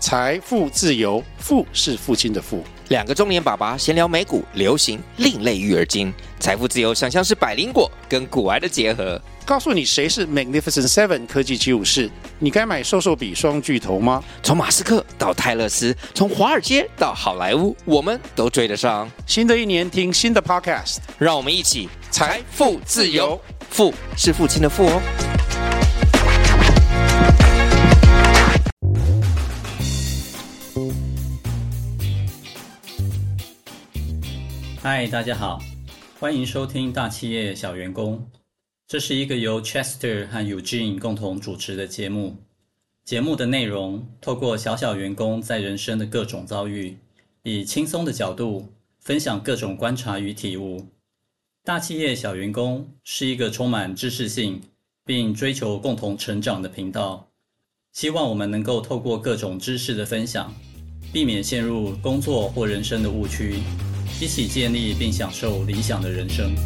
财富自由，富是父亲的富。 两个中年爸爸闲聊美股、流行、另类育儿经。财富自由想象是百灵果跟股癌的结合。 告诉你谁是 Magnificent Seven 科技75士，你该买瘦瘦比双巨头吗？ 从马斯克到泰勒斯，从华尔街到好莱坞，我们都追得上。 新的一年听新的 Podcast， 让我们一起财富自由， 富是父亲的富哦。 嗨，大家好，欢迎收听大企业小员工。这是一个由 Chester 和 Eugene 共同主持的节目。节目的内容透过小小员工在人生的各种遭遇，以轻松的角度分享各种观察与体悟。大企业小员工是一个充满知识性并追求共同成长的频道，希望我们能够透过各种知识的分享，避免陷入工作或人生的误区，一起建立并享受理想的人生。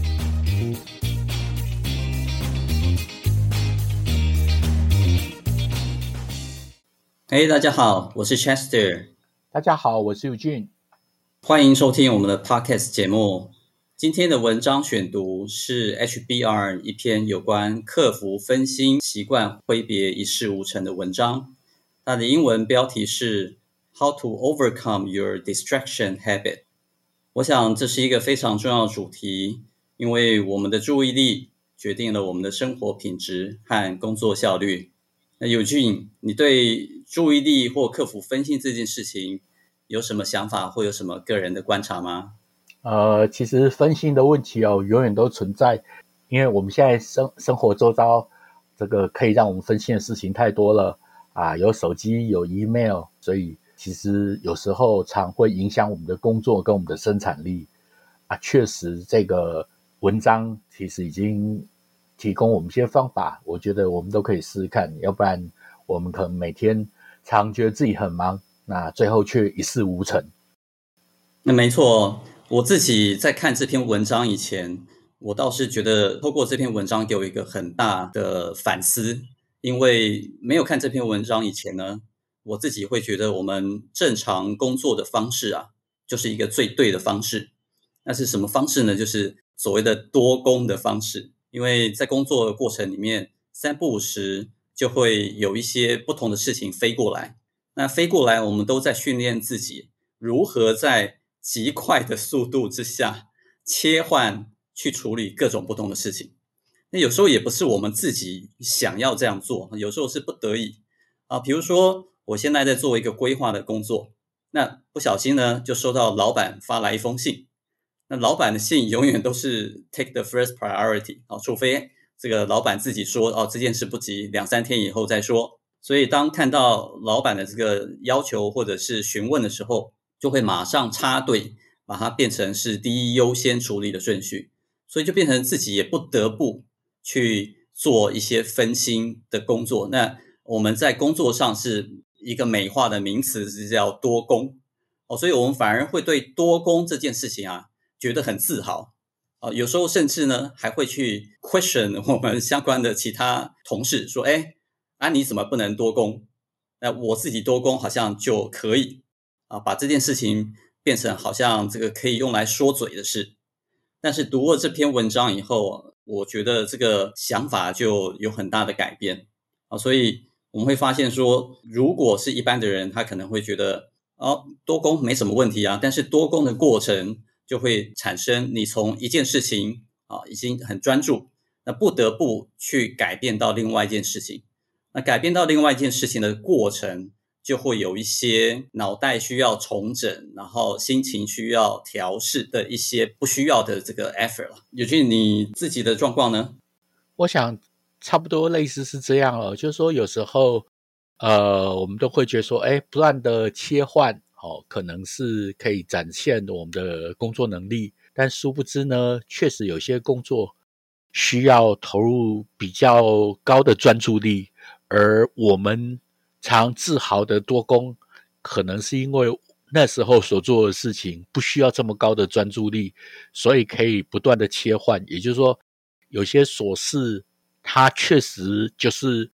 大家好，我是 Chester。 大家好，我是 Eugene。 欢迎收听我们的 Podcast 节目。今天的文章选读是 HBR 一篇有关克服分心习惯挥别一事无成的文章。它的英文标题是 How to Overcome Your Distraction Habit。 我想这是一个非常重要的主题，因为我们的注意力决定了我们的生活品质和工作效率。那Eugene，你对注意力或克服分心这件事情有什么想法或有什么个人的观察吗？ 其实分心的问题永远都存在，因为我们现在生活周遭这个可以让我们分心的事情太多了啊，有手机，有 email， 所以其实有时候常会影响我们的工作跟我们的生产力啊。确实这个文章其实已经提供我们一些方法，我觉得我们都可以试试看，要不然我们可能每天常觉得自己很忙，那最后却一事无成。 那没错，我自己在看这篇文章以前，我倒是觉得透过这篇文章给我一个很大的反思。因为没有看这篇文章以前呢，我自己会觉得我们正常工作的方式就是一个最对的方式。那是什么方式呢？就是所谓的多工的方式。因为在工作的过程里面，三不五时就会有一些不同的事情飞过来。那飞过来，我们都在训练自己如何在极快的速度之下切换去处理各种不同的事情。那有时候也不是我们自己想要这样做，有时候是不得已比如说我现在在做一个规划的工作，那不小心呢就收到老板发来一封信。那老板的信永远都是 take the first priority 除非这个老板自己说这件事不急，2-3天以后再说。所以当看到老板的这个要求或者是询问的时候，就会马上插队，把它变成是第一优先处理的顺序。所以就变成自己也不得不去做一些分心的工作。那我们在工作上是一个美化的名词，是叫多工所以我们反而会对多工这件事情觉得很自豪有时候甚至呢还会去 question 我们相关的其他同事，说你怎么不能多工？那我自己多工好像就可以把这件事情变成好像这个可以用来说嘴的事。但是读了这篇文章以后，我觉得这个想法就有很大的改变所以我们会发现说，如果是一般的人，他可能会觉得多工没什么问题但是多工的过程就会产生你从一件事情已经很专注，那不得不去改变到另外一件事情。那改变到另外一件事情的过程，就会有一些脑袋需要重整，然后心情需要调试的一些不需要的这个 effort 了。Eugene，你自己的状况呢？ 我想差不多类似是这样就是说有时候我们都会觉得说不断的切换可能是可以展现我们的工作能力，但殊不知呢，确实有些工作需要投入比较高的专注力，而我们常自豪的多工，可能是因为那时候所做的事情不需要这么高的专注力，所以可以不断的切换。也就是说，有些琐事它确实就是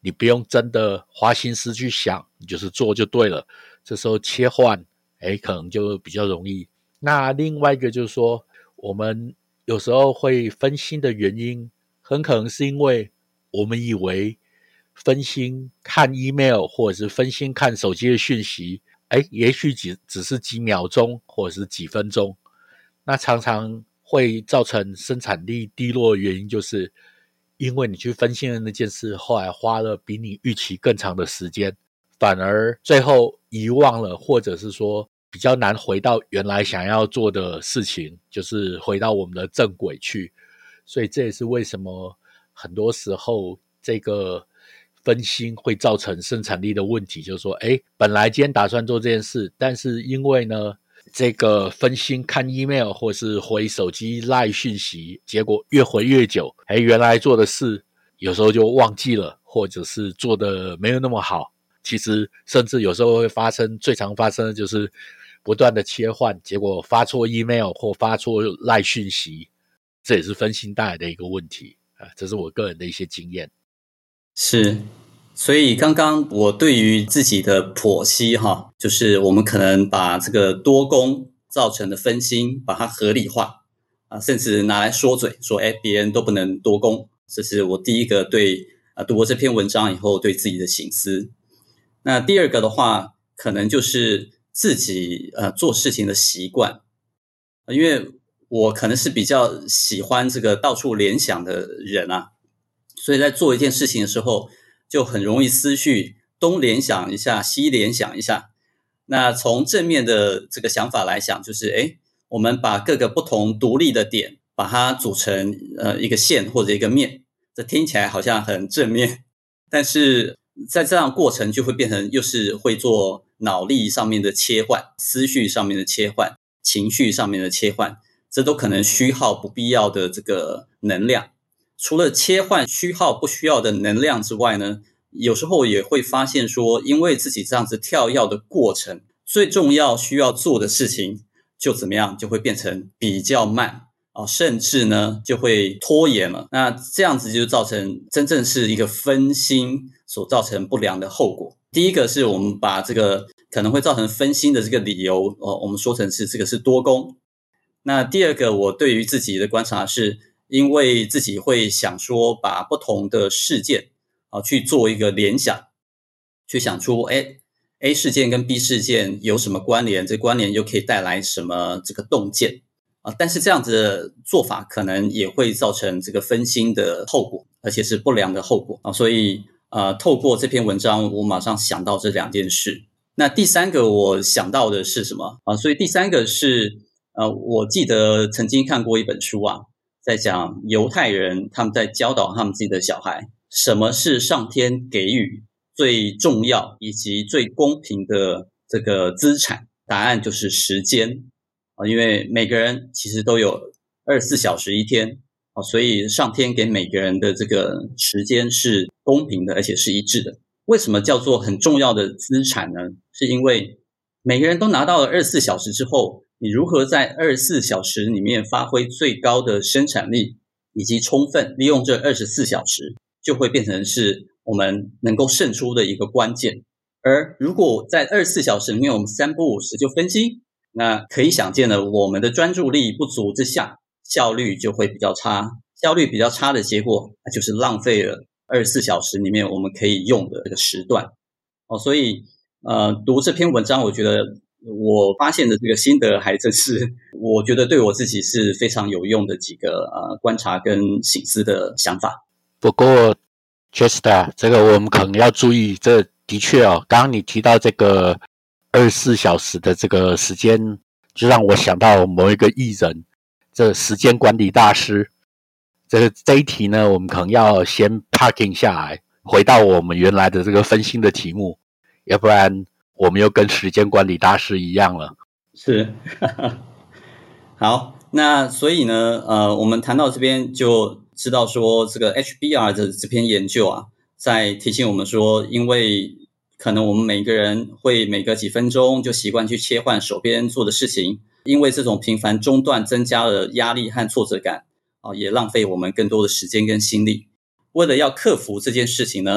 你不用真的花心思去想，你就是做就对了。这时候切换，可能就比较容易。那另外一个就是说，我们有时候会分心的原因，很可能是因为我们以为分心看 email 或者是分心看手机的讯息，也许只是几秒钟或者是几分钟。那常常会造成生产力低落的原因，就是因为你去分心的那件事，后来花了比你预期更长的时间，反而最后遗忘了，或者是说比较难回到原来想要做的事情，就是回到我们的正轨去。所以这也是为什么很多时候这个分心会造成生产力的问题，就是说本来今天打算做这件事，但是因为呢这个分心看 email 或是回手机 LINE 讯息，结果越回越久，原来做的事有时候就忘记了，或者是做的没有那么好。其实甚至有时候会发生，最常发生的就是不断的切换，结果发错 email 或发错 LINE 讯息，这也是分心带来的一个问题这是我个人的一些经验。 是，所以刚刚我对于自己的剖析就是我们可能把这个多工造成的分心把它合理化甚至拿来说嘴，说别人都不能多工。这是我第一个对读过这篇文章以后对自己的省思。那第二个的话，可能就是自己做事情的习惯，因为我可能是比较喜欢这个到处联想的人所以在做一件事情的时候，就很容易思绪东联想一下西联想一下。那从正面的这个想法来想，就是我们把各个不同独立的点把它组成一个线或者一个面，这听起来好像很正面，但是在这样的过程就会变成又是会做脑力上面的切换，思绪上面的切换，情绪上面的切换，这都可能虚耗不必要的这个能量。除了切换虚耗不需要的能量之外呢，有时候也会发现说，因为自己这样子跳跃的过程，最重要需要做的事情就怎么样，就会变成比较慢甚至呢就会拖延了。那这样子就造成真正是一个分心所造成不良的后果。第一个是我们把这个可能会造成分心的这个理由我们说成是这个是多工。那第二个我对于自己的观察是，因为自己会想说把不同的事件去做一个联想，去想出A 事件跟 B 事件有什么关联，这关联又可以带来什么这个洞见但是这样子的做法可能也会造成这个分心的后果，而且是不良的后果所以透过这篇文章我马上想到这两件事。那第三个我想到的是什么所以第三个是我记得曾经看过一本书在讲犹太人他们在教导他们自己的小孩什么是上天给予最重要以及最公平的这个资产，答案就是时间因为每个人其实都有24小时一天所以上天给每个人的这个时间是公平的，而且是一致的。为什么叫做很重要的资产呢？是因为每个人都拿到了24小时之后，你如何在24小时里面发挥最高的生产力，以及充分利用这24小时，就会变成是我们能够胜出的一个关键。而如果在24小时里面我们3不5时就分心，那可以想见了，我们的专注力不足之下，效率就会比较差。效率比较差的结果就是浪费了24小时里面我们可以用的这个时段所以读这篇文章，我觉得我发现的这个心得还真是我觉得对我自己是非常有用的几个观察跟省思的想法。 不过 Chester 这个我们可能要注意，这的确刚刚你提到这个24小时的这个时间，就让我想到某一个艺人，这时间管理大师。这一题呢，我们可能要先 parking 下来，回到我们原来的这个分心的题目，要不然我们又跟时间管理大师一样了。 是好，那所以呢我们谈到这边就知道说，这个 HBR 的这篇研究在提醒我们说，因为可能我们每个人会每隔几分钟就习惯去切换手边做的事情，因为这种频繁中断增加了压力和挫折感也浪费我们更多的时间跟心力。为了要克服这件事情呢，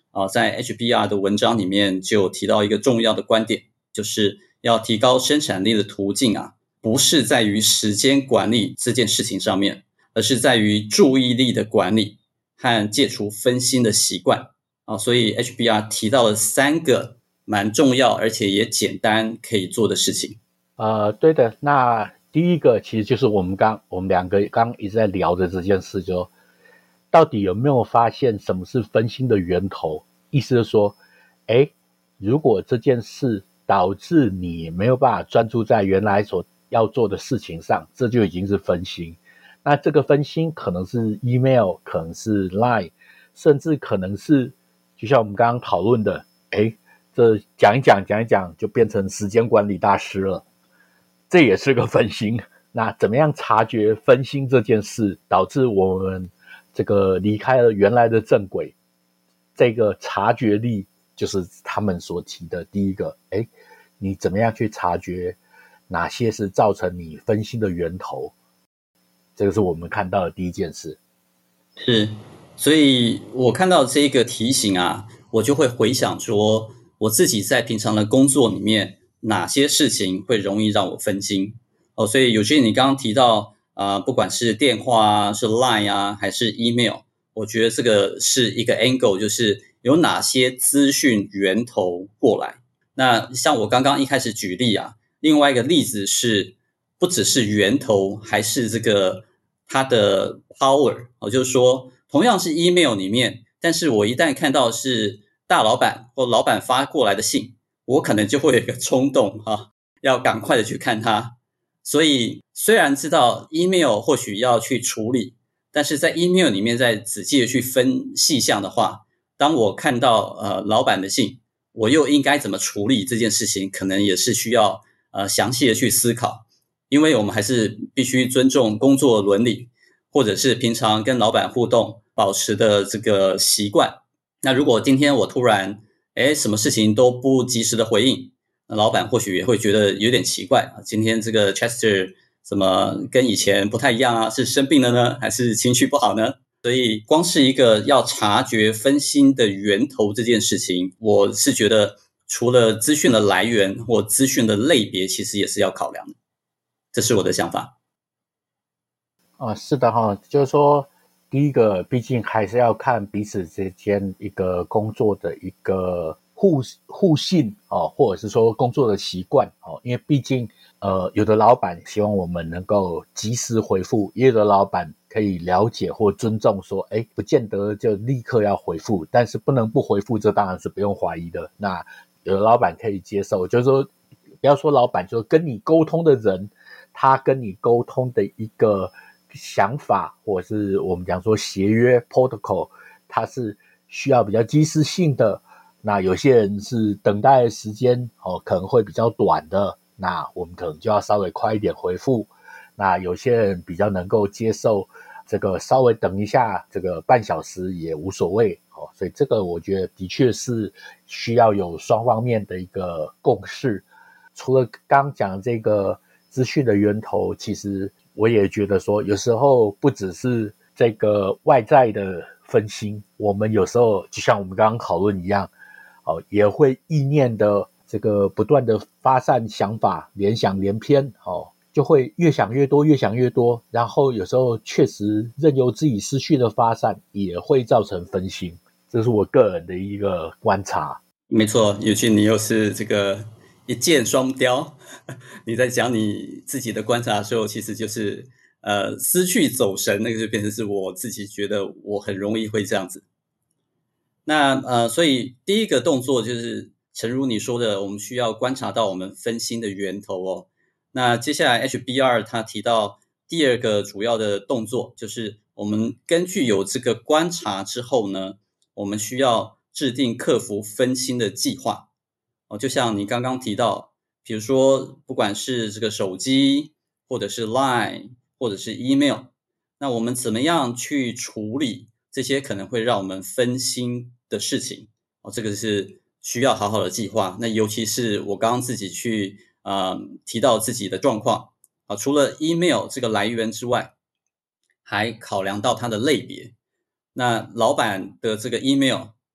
在 HBR 的文章里面就有提到一个重要的观点，就是要提高生产力的途径不是在于时间管理这件事情上面，而是在于注意力的管理和戒除分心的习惯所以 HBR 提到了3个蛮重要而且也简单可以做的事情。 对的。那第一个其实就是我们两个刚一直在聊的这件事，就到底有没有发现什么是分心的源头？意思是说，如果这件事导致你没有办法专注在原来所要做的事情上，这就已经是分心。那这个分心可能是 email， 可能是 line， 甚至可能是就像我们刚刚讨论的，这讲一讲就变成时间管理大师了，这也是个分心。那怎么样察觉分心这件事导致我们这个离开了原来的正轨，这个察觉力就是他们所提的第一个，你怎么样去察觉哪些是造成你分心的源头，这个是我们看到的第一件事。 是，所以我看到这个提醒我就会回想说我自己在平常的工作里面哪些事情会容易让我分心所以有些你刚刚提到不管是电话是 Line 还是 email， 我觉得这个是一个 angle， 就是有哪些资讯源头过来。那像我刚刚一开始举例另外一个例子是不只是源头，还是这个它的 power就是说同样是 email 里面，但是我一旦看到是大老板或老板发过来的信，我可能就会有一个冲动要赶快的去看它。所以虽然知道 email 或许要去处理，但是在 email 里面再仔细的去分细项的话，当我看到老板的信，我又应该怎么处理这件事情，可能也是需要详细的去思考。因为我们还是必须尊重工作伦理，或者是平常跟老板互动保持的这个习惯。那如果今天我突然什么事情都不及时的回应，那老板或许也会觉得有点奇怪今天这个 Chester 怎么跟以前不太一样是生病了呢，还是情绪不好呢？所以光是一个要察觉分心的源头这件事情，我是觉得除了资讯的来源或资讯的类别，其实也是要考量的。这是我的想法。 是的就是说第一个毕竟还是要看彼此之间一个工作的一个互信或者是说工作的习惯因为毕竟有的老板希望我们能够及时回复，也有的老板可以了解或尊重说不见得就立刻要回复，但是不能不回复，这当然是不用怀疑的。那有的老板可以接受，就是说不要说老板，就是跟你沟通的人，他跟你沟通的一个想法，或者是我们讲说协约 protocol， 它是需要比较及时性的。那有些人是等待的时间可能会比较短的，那我们可能就要稍微快一点回复。那有些人比较能够接受这个稍微等一下，这个半小时也无所谓所以这个我觉得的确是需要有双方面的一个共识。除了刚刚讲这个资讯的源头，其实我也觉得说有时候不只是这个外在的分心，我们有时候就像我们刚刚讨论一样也会意念的这个不断的发散想法，联想连篇就会越想越多，然后有时候确实任由自己思绪的发散，也会造成分心。这是我个人的一个观察。 没错，尤其你又是这个一箭双雕，你在讲你自己的观察的时候，其实就是思绪走神，那个就变成是我自己觉得我很容易会这样子。那所以第一个动作就是诚如你说的，我们需要观察到我们分心的源头那接下来 HBR 他提到第二个主要的动作，就是我们根据有这个观察之后呢，我们需要制定克服分心的计划就像你刚刚提到，比如说不管是这个手机或者是 Line 或者是 email， 那我们怎么样去处理这些可能会让我们分心的事情这个是需要好好的计划。那尤其是我刚刚自己去提到自己的状况除了 email 这个来源之外，还考量到它的类别。那老板的这个 email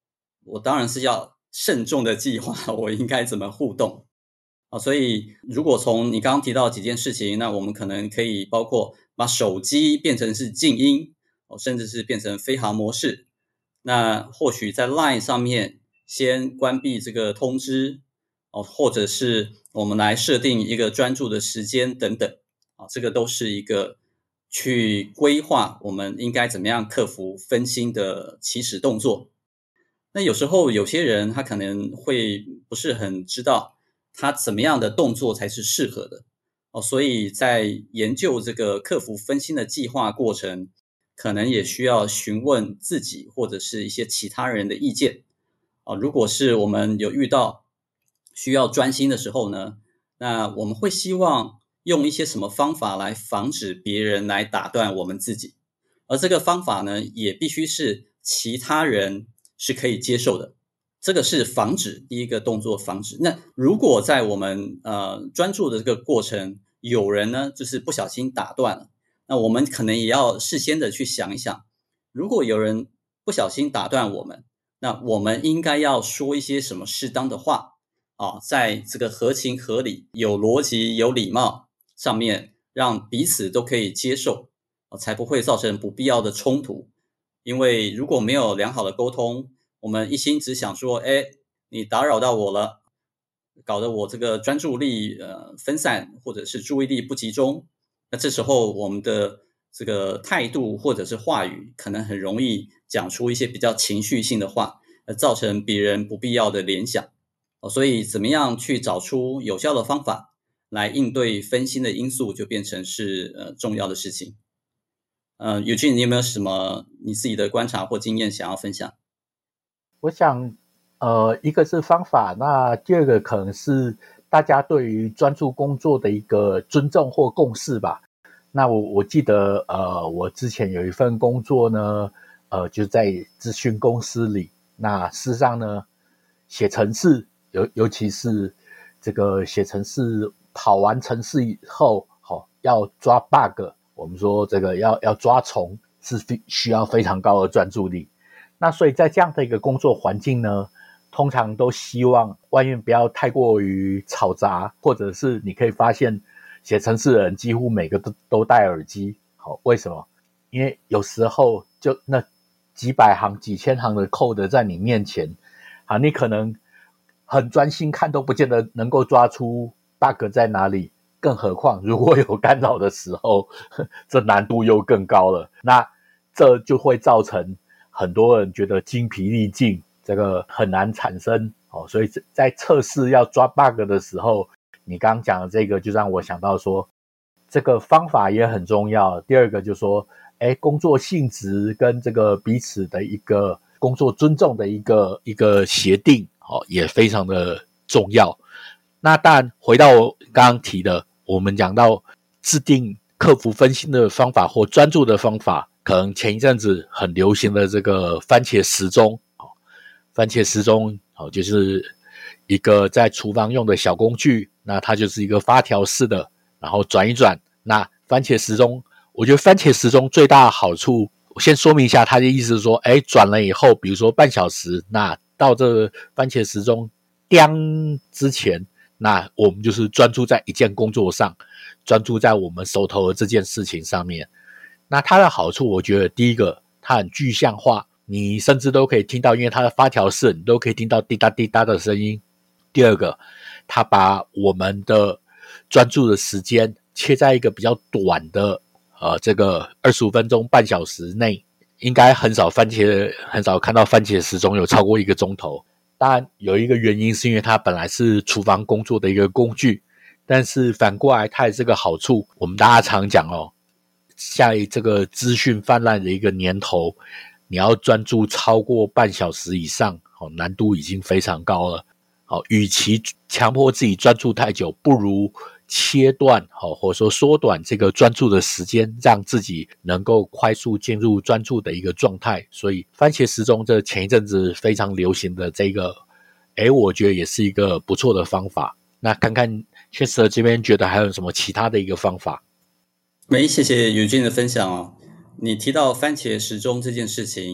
我当然是要慎重的计划我应该怎么互动。所以如果从你刚刚提到几件事情，那我们可能可以包括把手机变成是静音，甚至是变成飞行模式。那或许在 LINE 上面先关闭这个通知，或者是我们来设定一个专注的时间等等。这个都是一个去规划我们应该怎么样克服分心的起始动作。那有时候有些人他可能会不是很知道他怎么样的动作才是适合的，所以在研究这个克服分心的计划过程，可能也需要询问自己或者是一些其他人的意见。如果是我们有遇到需要专心的时候呢，那我们会希望用一些什么方法来防止别人来打断我们自己，而这个方法呢，也必须是其他人是可以接受的。这个是防止，第一个动作防止。那如果在我们专注的这个过程，有人呢就是不小心打断了，那我们可能也要事先的去想一想，如果有人不小心打断我们，那我们应该要说一些什么适当的话在这个合情合理、有逻辑、有礼貌上面，让彼此都可以接受，才不会造成不必要的冲突。因为如果没有良好的沟通，我们一心只想说，你打扰到我了，搞得我这个专注力分散，或者是注意力不集中，那这时候我们的这个态度或者是话语，可能很容易讲出一些比较情绪性的话，造成别人不必要的联想。所以怎么样去找出有效的方法来应对分心的因素，就变成是重要的事情。Eugene，你有没有什么你自己的观察或经验想要分享？ 我想一个是方法，那第二个可能是大家对于专注工作的一个尊重或共识吧。那我记得我之前有一份工作呢，就是在资讯公司里，那事实上呢，写程式尤其是这个写程式跑完程式以后要抓 bug， 我们说这个要抓虫是需要非常高的专注力。那所以在这样的一个工作环境呢，通常都希望外面不要太过于嘈杂，或者是你可以发现写程式的人几乎每个都戴耳机。为什么？因为有时候就那几百行几千行的 code 在你面前你可能很专心看都不见得能够抓出 bug 在哪里，更何况如果有干扰的时候，这难度又更高了。那这就会造成很多人觉得精疲力尽，这个很难产生所以在测试要抓 bug 的时候，你刚刚讲的这个就让我想到说，这个方法也很重要。第二个就是说工作性质跟这个彼此的一个工作尊重的一个协定也非常的重要。那当然回到我刚刚提的，我们讲到制定克服分心的方法或专注的方法，可能前一阵子很流行的这个番茄时钟。番茄时钟就是一个在厨房用的小工具，那它就是一个发条式的，然后转一转。那番茄时钟，我觉得番茄时钟最大的好处，我先说明一下，它的意思是说转了以后，比如说半小时，那到这个番茄时钟叮之前，那我们就是专注在一件工作上，专注在我们手头的这件事情上面。那它的好处，我觉得第一个，它很具象化，你甚至都可以听到，因为它的发条式，你都可以听到滴答滴答的声音。第二个，它把我们的专注的时间切在一个比较短的这个25分钟半小时内，应该很少看到番茄时钟有超过1个钟头。当然有一个原因是因为它本来是厨房工作的一个工具，但是反过来它也是个好处。我们大家常讲在这个资讯泛滥的一个年头，你要专注超过半小时以上难度已经非常高了。与其强迫自己专注太久，不如切断或者说缩短这个专注的时间，让自己能够快速进入专注的一个状态。所以番茄时钟这前一阵子非常流行的这个我觉得也是一个不错的方法。那看看Chester这边觉得还有什么其他的一个方法？ 谢谢Eugene的分享你提到番茄时钟这件事情，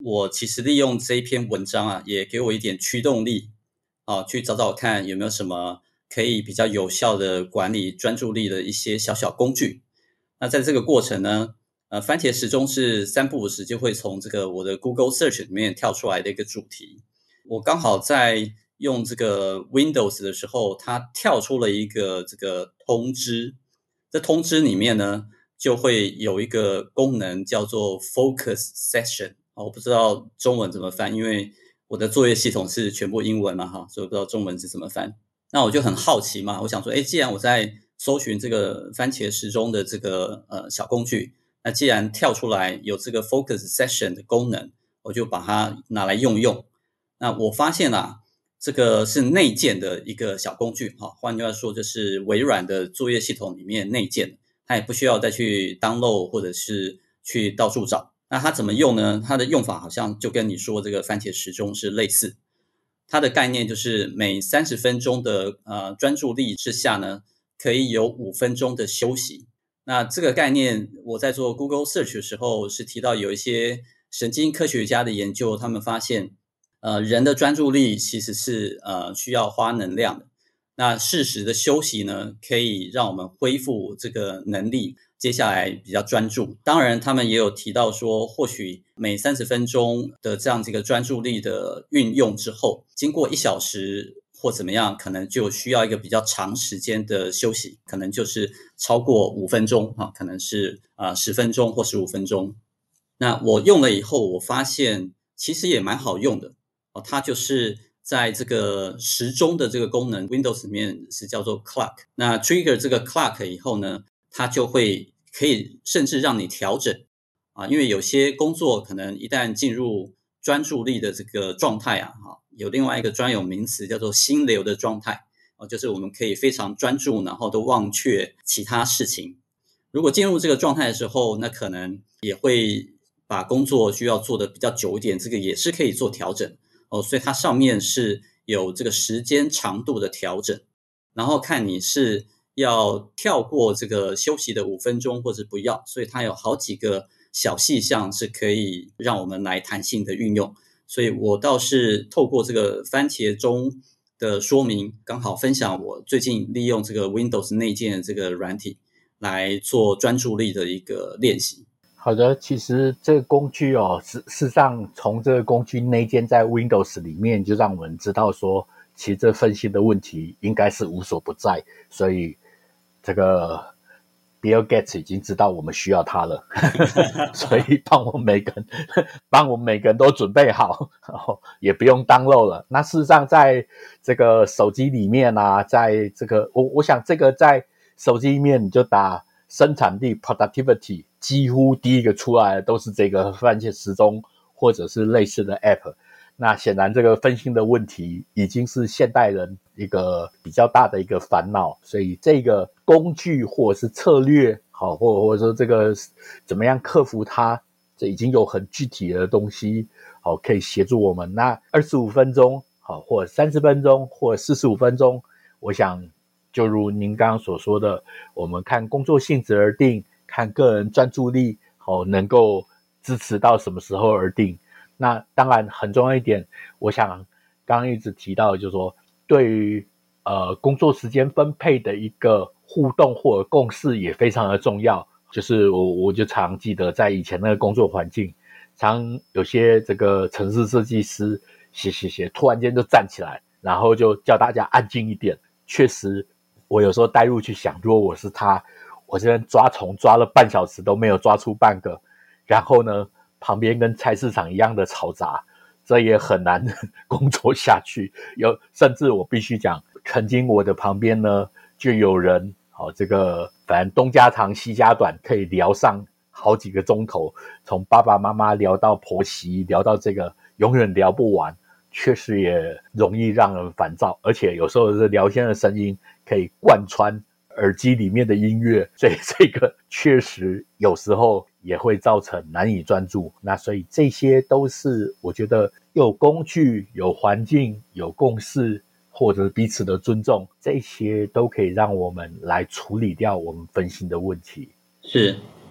我其实利用这一篇文章啊，也给我一点驱动力啊，去找找看有没有什么可以比较有效的管理专注力的一些小小工具。那在这个过程呢，番茄时钟是3不5时就会从这个我的 Google Search 里面跳出来的一个主题。我刚好在用这个 Windows 的时候，它跳出了一个这个通知。这通知里面呢，就会有一个功能叫做 Focus Session。我不知道中文怎么翻，因为我的作业系统是全部英文嘛，所以我不知道中文是怎么翻。那我就很好奇嘛，我想说，既然我在搜寻这个番茄时钟的这个小工具，那既然跳出来有这个 Focus Session 的功能，我就把它拿来用。那我发现这个是内建的一个小工具，换句话说，就是微软的作业系统里面内建，它也不需要再去 download 或者是去到处找。那它怎么用呢？它的用法好像就跟你说这个番茄时钟是类似。它的概念就是每30分钟的专注力之下呢，可以有5分钟的休息。那这个概念我在做 Google Search 的时候是提到有一些神经科学家的研究，他们发现人的专注力其实是需要花能量的。那适时的休息呢，可以让我们恢复这个能力，接下来比较专注。当然他们也有提到说，或许每30分钟的这样这个专注力的运用之后，经过1小时或怎么样，可能就需要一个比较长时间的休息，可能就是超过5分钟可能是10分钟或15分钟。那我用了以后，我发现其实也蛮好用的它就是在这个时钟的这个功能 Windows 里面是叫做 Clock。那 trigger 这个 Clock 以后呢，它就会可以甚至让你调整因为有些工作可能一旦进入专注力的这个状态有另外一个专有名词叫做心流的状态就是我们可以非常专注，然后都忘却其他事情。如果进入这个状态的时候，那可能也会把工作需要做的比较久一点，这个也是可以做调整所以它上面是有这个时间长度的调整，然后看你是要跳过这个休息的5分钟或者不要，所以它有好几个小细项是可以让我们来弹性的运用。所以我倒是透过这个番茄钟的说明，刚好分享我最近利用这个 Windows 内建的这个软体来做专注力的一个练习。 好的，其实这个工具事实上从这个工具内建在 Windows 里面，就让我们知道说，其实这分析的问题应该是无所不在，所以这个 Bill Gates 已经知道我们需要它了所以帮我们每个人都准备好也不用 download 了。那事实上在这个手机里面在这个我想这个在手机里面你就打生产力 productivity， 几乎第一个出来的都是这个番茄时钟或者是类似的 app。那显然这个分心的问题已经是现代人一个比较大的一个烦恼，所以这个工具或者是策略或者说这个怎么样克服它，这已经有很具体的东西可以协助我们。那25分钟或者30分钟或者45分钟，我想就如您刚刚所说的，我们看工作性质而定，看个人专注力能够支持到什么时候而定。那当然很重要一点，我想刚刚一直提到就是说，对于工作时间分配的一个互动或者共识也非常的重要。就是我就常记得在以前那个工作环境，常有些这个程式设计师写突然间就站起来，然后就叫大家安静一点。确实我有时候带入去想，如果我是他，我这边抓虫抓了半小时都没有抓出半个，然后呢旁边跟菜市场一样的嘈杂，这也很难工作下去。甚至我必须讲，曾经我的旁边呢就有人这个反正东家长西家短，可以聊上好几个钟头，从爸爸妈妈聊到婆媳，聊到这个永远聊不完，确实也容易让人烦躁。而且有时候是聊天的声音可以贯穿耳机里面的音乐，所以这个确实有时候也会造成难以专注。那所以这些都是我觉得有工具、有环境、有共识，或者彼此的尊重，这些都可以让我们来处理掉我们分心的问题。 是，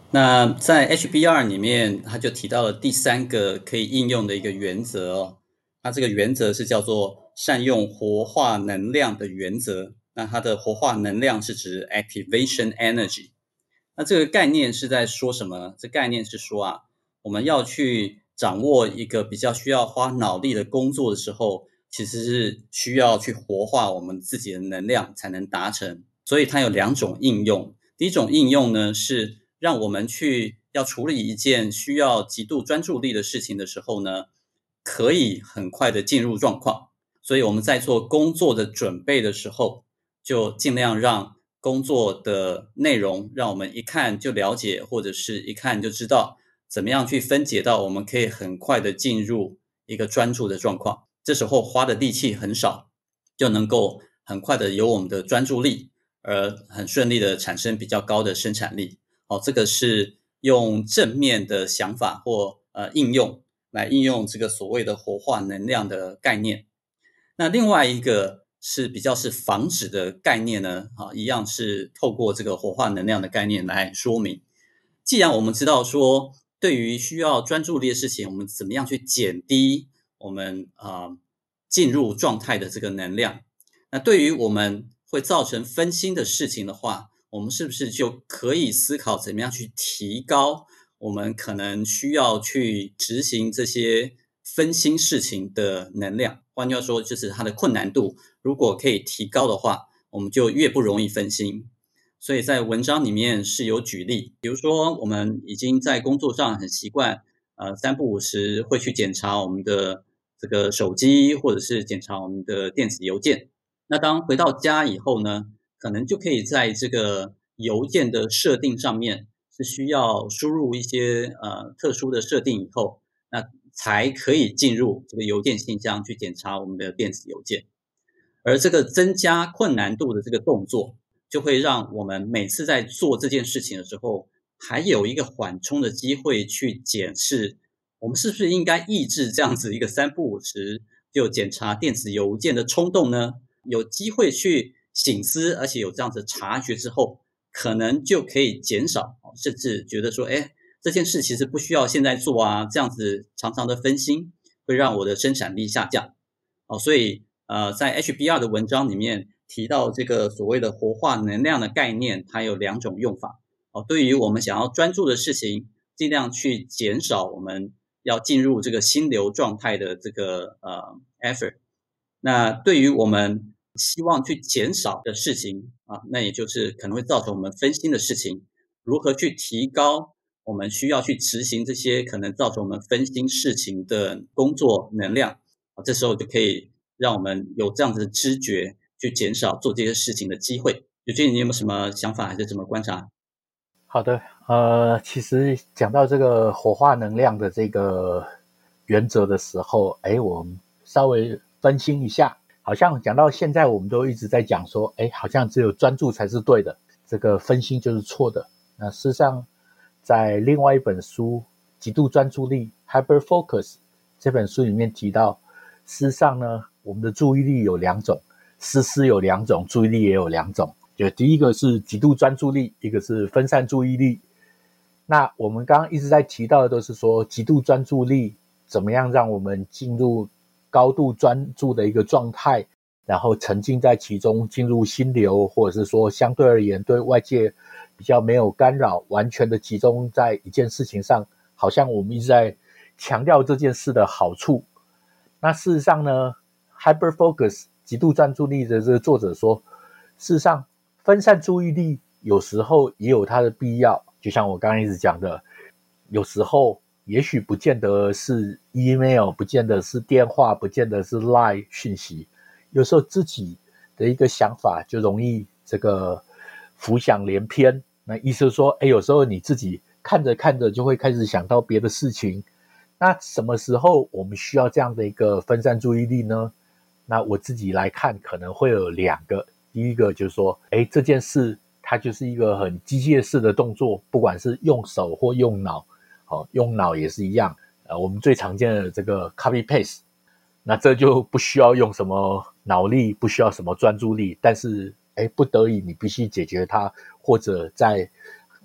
那在 HBR 里面，他就提到了第3个可以应用的一个原则哦。它这个原则是叫做善用活化能量的原则。那它的活化能量是指 activation energy。那这个概念是在说什么呢？这概念是说啊，我们要去掌握一个比较需要花脑力的工作的时候，其实是需要去活化我们自己的能量才能达成。所以它有2种应用。第一种应用呢，是让我们要处理一件需要极度专注力的事情的时候呢，可以很快的进入状况。所以我们在做工作的准备的时候，就尽量让工作的内容让我们一看就了解，或者是一看就知道怎么样去分解到我们可以很快的进入一个专注的状况。这时候花的力气很少，就能够很快的有我们的专注力，而很顺利的产生比较高的生产力。这个是用正面的想法或应用来应用这个所谓的活化能量的概念。那另外一个是比较是防止的概念呢，一样是透过这个活化能量的概念来说明。既然我们知道说，对于需要专注力的事情，我们怎么样去减低我们进入状态的这个能量，那对于我们会造成分心的事情的话，我们是不是就可以思考怎么样去提高我们可能需要去执行这些分心事情的能量？换句话说，就是它的困难度如果可以提高的话，我们就越不容易分心。所以在文章里面是有举例，比如说我们已经在工作上很习惯3不5时会去检查我们的这个手机，或者是检查我们的电子邮件。那当回到家以后呢，可能就可以在这个邮件的设定上面是需要输入一些特殊的设定以后，那才可以进入这个邮件信箱去检查我们的电子邮件。而这个增加困难度的这个动作，就会让我们每次在做这件事情的时候，还有一个缓冲的机会去检视，我们是不是应该抑制这样子一个3不5时就检查电子邮件的冲动呢？有机会去省思，而且有这样子察觉之后，可能就可以减少，甚至觉得说，这件事其实不需要现在做啊，这样子常常的分心，会让我的生产力下降。所以在 HBR 的文章里面提到这个所谓的活化能量的概念，它有2种用法。对于我们想要专注的事情，尽量去减少我们要进入这个心流状态的这个effort。那对于我们希望去减少的事情那也就是可能会造成我们分心的事情，如何去提高我们需要去执行这些可能造成我们分心事情的工作能量，这时候就可以让我们有这样子的知觉，去减少做这些事情的机会。尤金，你有没有什么想法还是怎么观察？ 好的，其实讲到这个活化能量的这个原则的时候，我们稍微分析一下，好像讲到现在我们都一直在讲说，好像只有专注才是对的，这个分心就是错的。那事实上，在另外一本书《极度专注力》（Hyper Focus） 这本书里面提到，事实上呢，我们的注意力有2种，思思有2种，注意力也有2种。就第一个是极度专注力，一个是分散注意力。那我们刚刚一直在提到的都是说极度专注力怎么样让我们进入高度专注的一个状态，然后沉浸在其中，进入心流，或者是说相对而言对外界比较没有干扰，完全的集中在一件事情上，好像我们一直在强调这件事的好处。那事实上呢， Hyper Focus 极度专注力的这个作者说，事实上分散注意力有时候也有它的必要，就像我刚刚一直讲的，有时候也许不见得是 email， 不见得是电话，不见得是 LINE 讯息，有时候自己的一个想法就容易这个浮想联翩。那意思是说，有时候你自己看着看着就会开始想到别的事情。那什么时候我们需要这样的一个分散注意力呢？那我自己来看可能会有2个。第一个就是说，这件事它就是一个很机械式的动作，不管是用手或用脑，用脑也是一样。我们最常见的这个 copy paste， 那这就不需要用什么脑力，不需要什么专注力，但是不得已你必须解决它，或者在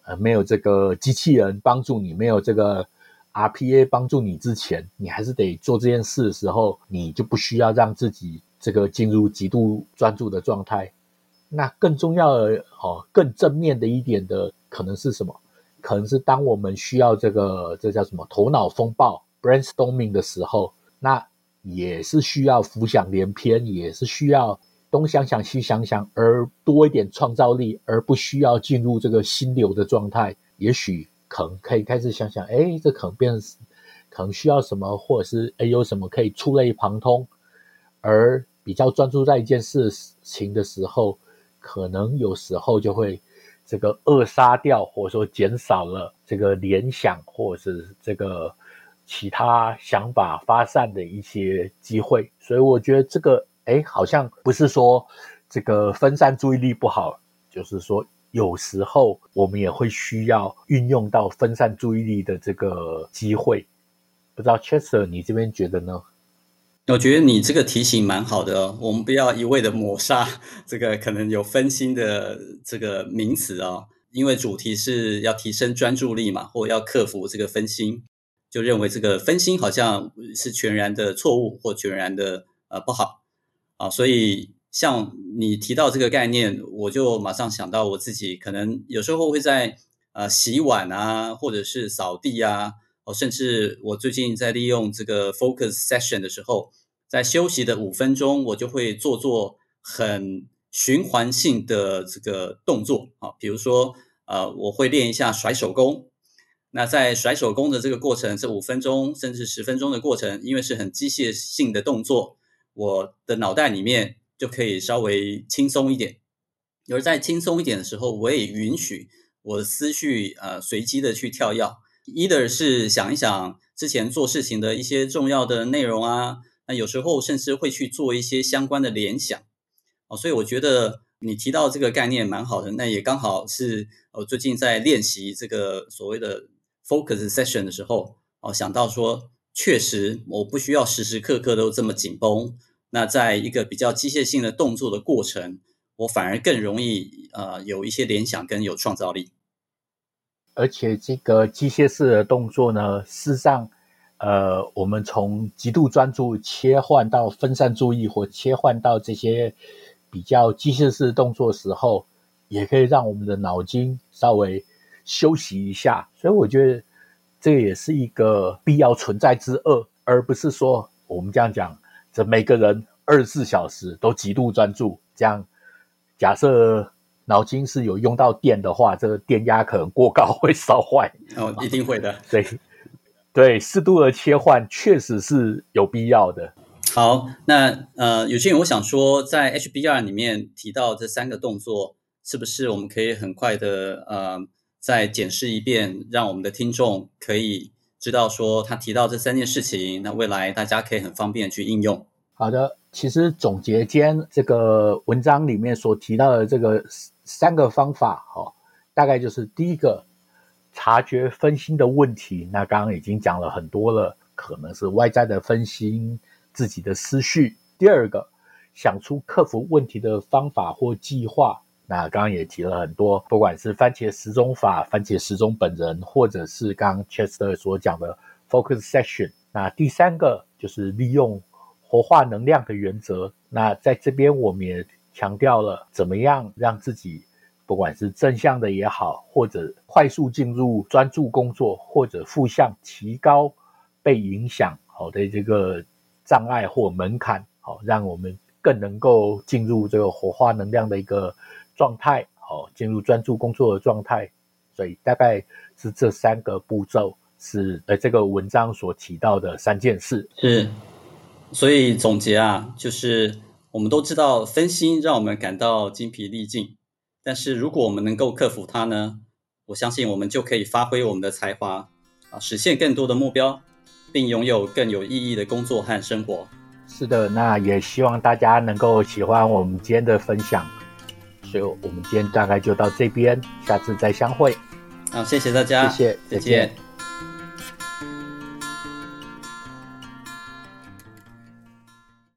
没有这个机器人帮助你，没有这个 RPA 帮助你之前，你还是得做这件事的时候，你就不需要让自己这个进入极度专注的状态。那更重要的更正面的一点的可能是什么？可能是当我们需要这叫什么头脑风暴 brainstorming 的时候，那也是需要浮想联翩，也是需要东想想西想想，而多一点创造力，而不需要进入这个心流的状态。也许可能可以开始想想，这可能需要什么，或者是有什么可以触类旁通，而比较专注在一件事情的时候，可能有时候就会这个扼杀掉，或者说减少了这个联想或者是这个其他想法发散的一些机会。所以我觉得这个好像不是说这个分散注意力不好，就是说有时候我们也会需要运用到分散注意力的这个机会。不知道 Chester 你这边觉得呢？ 我觉得你这个提醒蛮好的哦，我们不要一味的抹杀这个可能有分心的这个名词哦，因为主题是要提升专注力嘛，或要克服这个分心，就认为这个分心好像是全然的错误或全然的不好啊，所以像你提到这个概念，我就马上想到我自己可能有时候会在洗碗啊，或者是扫地啊。甚至我最近在利用这个 focus session 的时候，在休息的5分钟，我就会做很循环性的这个动作啊，比如说我会练一下甩手功。那在甩手功的这个过程，这5分钟甚至10分钟的过程，因为是很机械性的动作，我的脑袋里面就可以稍微轻松一点。而在轻松一点的时候，我也允许我的思绪随机的去跳跃。either 是想一想之前做事情的一些重要的内容啊，那有时候甚至会去做一些相关的联想。所以我觉得你提到这个概念蛮好的，那也刚好是最近在练习这个所谓的 focus session 的时候，想到说确实我不需要时时刻刻都这么紧绷，那在一个比较机械性的动作的过程，我反而更容易有一些联想跟有创造力。 而且这个机械式的动作呢，事实上我们从极度专注切换到分散注意，或切换到这些比较机械式的动作的时候，也可以让我们的脑筋稍微休息一下。所以我觉得这也是一个必要存在之恶，而不是说我们这样讲，这每个人24小时都极度专注，这样假设脑筋是有用到电的话，这个电压可能过高会烧坏。 一定会的。 对，适度的切换确实是有必要的。 好，那有些人我想说，在 HBR 里面提到这3个动作，是不是我们可以很快的再检视一遍，让我们的听众可以知道说他提到这3件事情，那未来大家可以很方便去应用。 好的，其实总结间这个文章里面所提到的这个3个方法大概就是第一个，察觉分心的问题，那刚刚已经讲了很多了，可能是外在的分心，自己的思绪。第二个，想出克服问题的方法或计划，那刚刚也提了很多，不管是番茄时钟法、番茄时钟本人，或者是刚刚 Chester 所讲的 focus session。那第3个就是利用活化能量的原则，那在这边我们也强调了怎么样让自己不管是正向的也好，或者快速进入专注工作，或者负向提高被影响的这个障碍或门槛，让我们更能够进入这个活化能量的一个状态，进入专注工作的状态。所以大概是这3个步骤是这个文章所提到的3件事。 是，所以总结就是我们都知道分心让我们感到精疲力尽，但是如果我们能够克服它呢，我相信我们就可以发挥我们的才华实现更多的目标，并拥有更有意义的工作和生活。 是的，那也希望大家能够喜欢我们今天的分享，所以我们今天大概就到这边，下次再相会。 谢谢大家， 谢谢， 再见。